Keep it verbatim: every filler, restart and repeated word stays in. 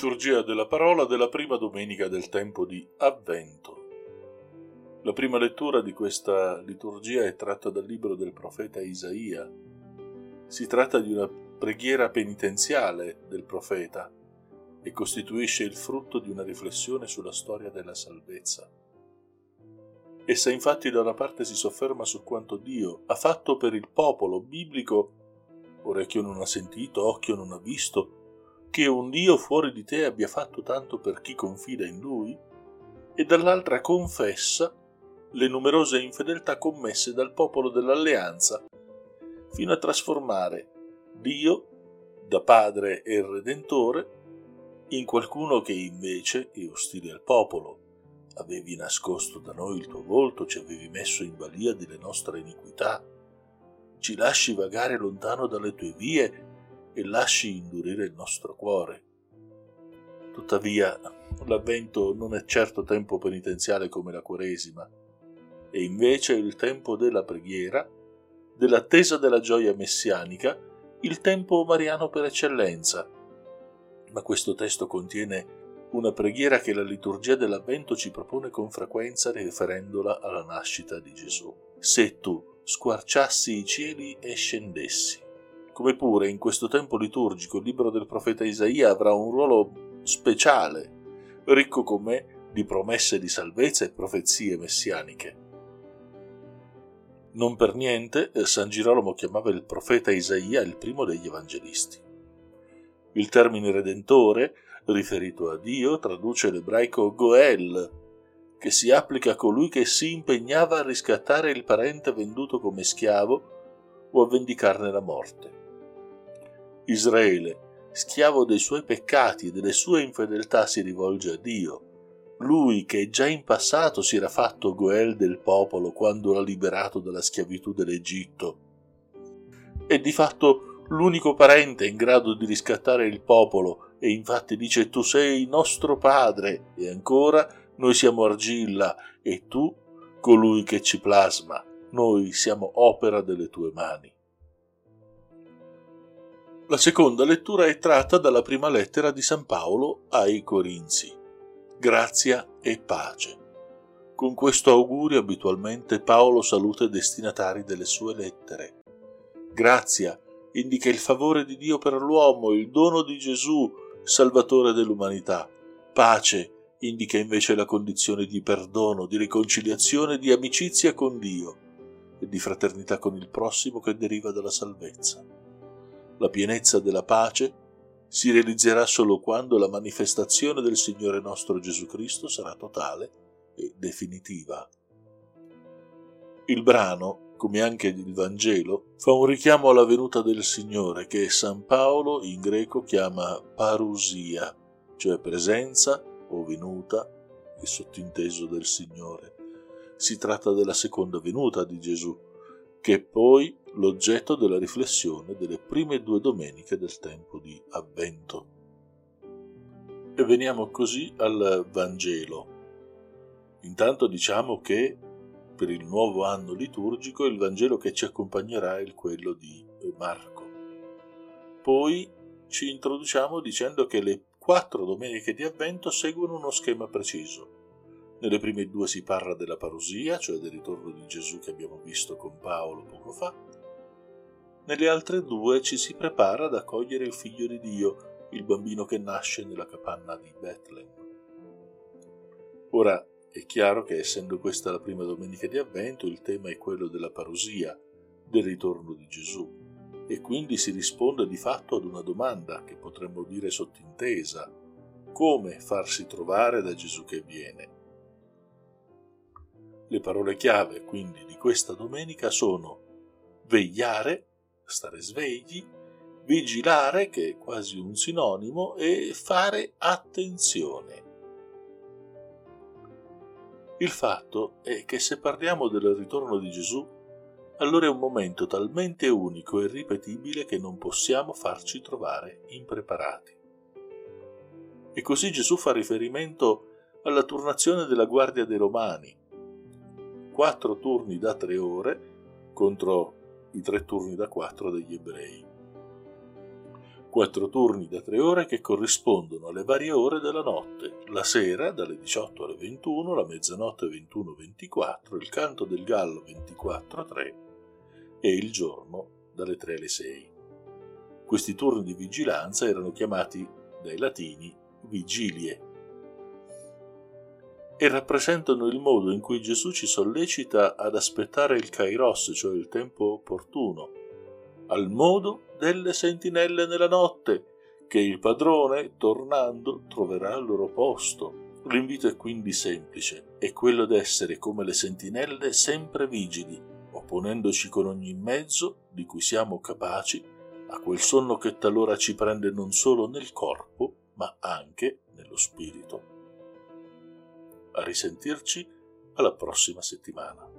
Liturgia della parola della prima domenica del tempo di Avvento. La prima lettura di questa liturgia è tratta dal libro del profeta Isaia. Si tratta di una preghiera penitenziale del profeta e costituisce il frutto di una riflessione sulla storia della salvezza. Essa infatti da una parte si sofferma su quanto Dio ha fatto per il popolo biblico, orecchio non ha sentito, occhio non ha visto, che un Dio fuori di te abbia fatto tanto per chi confida in Lui, e dall'altra confessa le numerose infedeltà commesse dal popolo dell'alleanza, fino a trasformare Dio, da Padre e Redentore, in qualcuno che invece è ostile al popolo. Avevi nascosto da noi il tuo volto, ci avevi messo in balia delle nostre iniquità, ci lasci vagare lontano dalle tue vie e lasci indurire il nostro cuore. Tuttavia, l'Avvento non è certo tempo penitenziale come la Quaresima, è invece il tempo della preghiera, dell'attesa della gioia messianica, il tempo mariano per eccellenza. Ma questo testo contiene una preghiera che la liturgia dell'Avvento ci propone con frequenza riferendola alla nascita di Gesù. Se tu squarciassi i cieli e scendessi. Come pure in questo tempo liturgico il libro del profeta Isaia avrà un ruolo speciale, ricco com'è di promesse di salvezza e profezie messianiche. Non per niente San Girolamo chiamava il profeta Isaia il primo degli evangelisti. Il termine redentore, riferito a Dio, traduce l'ebraico Goel, che si applica a colui che si impegnava a riscattare il parente venduto come schiavo o a vendicarne la morte. Israele, schiavo dei suoi peccati e delle sue infedeltà, si rivolge a Dio, lui che già in passato si era fatto Goel del popolo quando l'ha liberato dalla schiavitù dell'Egitto. È di fatto l'unico parente in grado di riscattare il popolo e infatti dice: tu sei nostro padre, e ancora noi siamo argilla e tu colui che ci plasma, noi siamo opera delle tue mani. La seconda lettura è tratta dalla prima lettera di San Paolo ai Corinzi. Grazia e pace. Con questo augurio abitualmente Paolo saluta i destinatari delle sue lettere. Grazia indica il favore di Dio per l'uomo, il dono di Gesù, Salvatore dell'umanità. Pace indica invece la condizione di perdono, di riconciliazione, di amicizia con Dio e di fraternità con il prossimo che deriva dalla salvezza. La pienezza della pace si realizzerà solo quando la manifestazione del Signore nostro Gesù Cristo sarà totale e definitiva. Il brano, come anche il Vangelo, fa un richiamo alla venuta del Signore che San Paolo in greco chiama parousia, cioè presenza o venuta e sottinteso del Signore. Si tratta della seconda venuta di Gesù, che è poi l'oggetto della riflessione delle prime due domeniche del tempo di Avvento. E veniamo così al Vangelo. Intanto diciamo che per il nuovo anno liturgico il Vangelo che ci accompagnerà è quello di Marco. Poi ci introduciamo dicendo che le quattro domeniche di Avvento seguono uno schema preciso. Nelle prime due si parla della parousia, cioè del ritorno di Gesù che abbiamo visto con Paolo poco fa. Nelle altre due ci si prepara ad accogliere il Figlio di Dio, il bambino che nasce nella capanna di Betlemme. Ora è chiaro che essendo questa la prima domenica di Avvento, il tema è quello della parousia, del ritorno di Gesù, e quindi si risponde di fatto ad una domanda che potremmo dire sottintesa: come farsi trovare da Gesù che viene? Le parole chiave, quindi, di questa domenica sono vegliare, stare svegli, vigilare, che è quasi un sinonimo, e fare attenzione. Il fatto è che se parliamo del ritorno di Gesù, allora è un momento talmente unico e irripetibile che non possiamo farci trovare impreparati. E così Gesù fa riferimento alla turnazione della guardia dei Romani, quattro turni da tre ore contro i tre turni da quattro degli ebrei. quattro turni da tre ore che corrispondono alle varie ore della notte, la sera dalle diciotto alle ventuno, la mezzanotte ventuno ventiquattro, il canto del gallo ventiquattro tre e il giorno dalle tre alle sei. Questi turni di vigilanza erano chiamati dai latini vigilie e rappresentano il modo in cui Gesù ci sollecita ad aspettare il kairos, cioè il tempo opportuno, al modo delle sentinelle nella notte, che il padrone, tornando, troverà al loro posto. L'invito è quindi semplice, è quello d'essere come le sentinelle sempre vigili, opponendoci con ogni mezzo di cui siamo capaci a quel sonno che talora ci prende non solo nel corpo, ma anche nello spirito. A risentirci alla prossima settimana.